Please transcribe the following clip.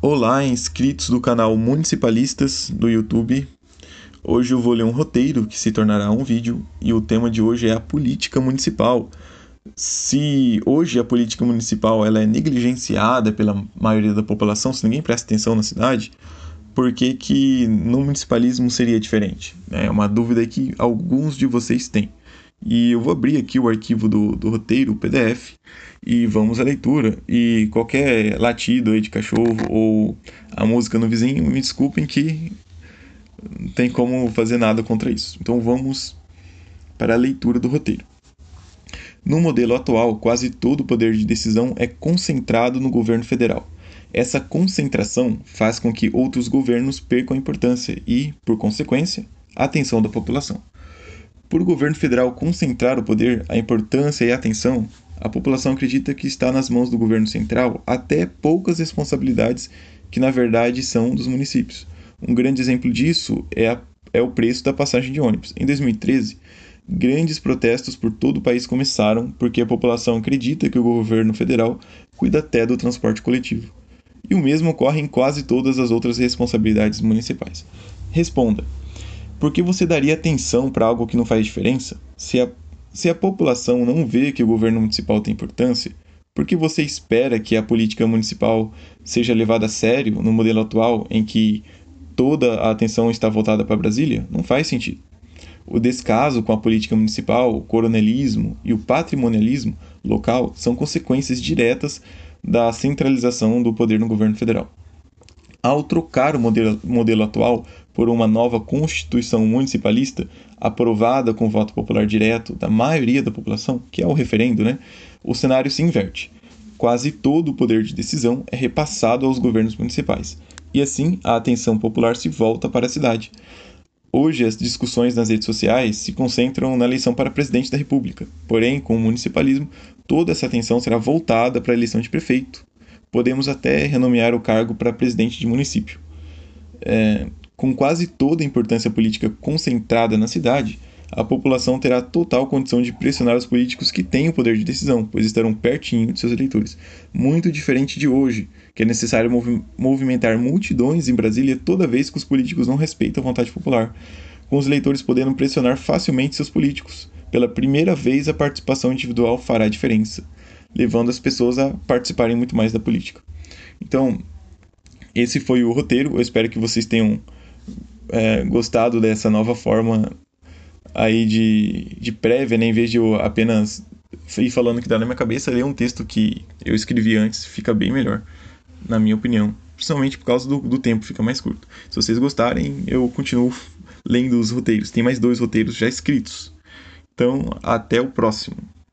Olá, inscritos do canal Municipalistas do YouTube. Hoje eu vou ler um roteiro que se tornará um vídeo e o tema de hoje é a política municipal. Se hoje a política municipal ela é negligenciada pela maioria da população, se ninguém presta atenção na cidade, por que no municipalismo seria diferente? É uma dúvida que alguns de vocês têm. E eu vou abrir aqui o arquivo do roteiro, o PDF, e vamos à leitura. E qualquer latido aí de cachorro ou a música no vizinho, me desculpem que não tem como fazer nada contra isso. Então vamos para a leitura do roteiro. No modelo atual, quase todo o poder de decisão é concentrado no governo federal. Essa concentração faz com que outros governos percam a importância e, por consequência, a atenção da população. Por o governo federal concentrar o poder, a importância e a atenção, a população acredita que está nas mãos do governo central até poucas responsabilidades que na verdade são dos municípios. Um grande exemplo disso é o preço da passagem de ônibus. Em 2013, grandes protestos por todo o país começaram porque a população acredita que o governo federal cuida até do transporte coletivo. E o mesmo ocorre em quase todas as outras responsabilidades municipais. Responda. Por que você daria atenção para algo que não faz diferença? Se a população não vê que o governo municipal tem importância, por que você espera que a política municipal seja levada a sério no modelo atual em que toda a atenção está voltada para Brasília? Não faz sentido. O descaso com a política municipal, o coronelismo e o patrimonialismo local são consequências diretas da centralização do poder no governo federal. Ao trocar o modelo atual por uma nova Constituição municipalista, aprovada com voto popular direto da maioria da população, que é o referendo, o cenário se inverte. Quase todo o poder de decisão é repassado aos governos municipais, e assim a atenção popular se volta para a cidade. Hoje, as discussões nas redes sociais se concentram na eleição para presidente da República, porém, com o municipalismo, toda essa atenção será voltada para a eleição de prefeito. Podemos até renomear o cargo para presidente de município. Com quase toda a importância política concentrada na cidade, a população terá total condição de pressionar os políticos que têm o poder de decisão, pois estarão pertinho de seus eleitores. Muito diferente de hoje, que é necessário movimentar multidões em Brasília toda vez que os políticos não respeitam a vontade popular, com os eleitores podendo pressionar facilmente seus políticos. Pela primeira vez, a participação individual fará diferença, levando as pessoas a participarem muito mais da política. Então, esse foi o roteiro. Eu espero que vocês tenham gostado dessa nova forma aí de prévia, em vez de eu apenas ir falando o que dá na minha cabeça, ler um texto que eu escrevi antes fica bem melhor, na minha opinião. Principalmente por causa do tempo, fica mais curto. Se vocês gostarem, eu continuo lendo os roteiros. Tem mais 2 roteiros já escritos. Então, até o próximo.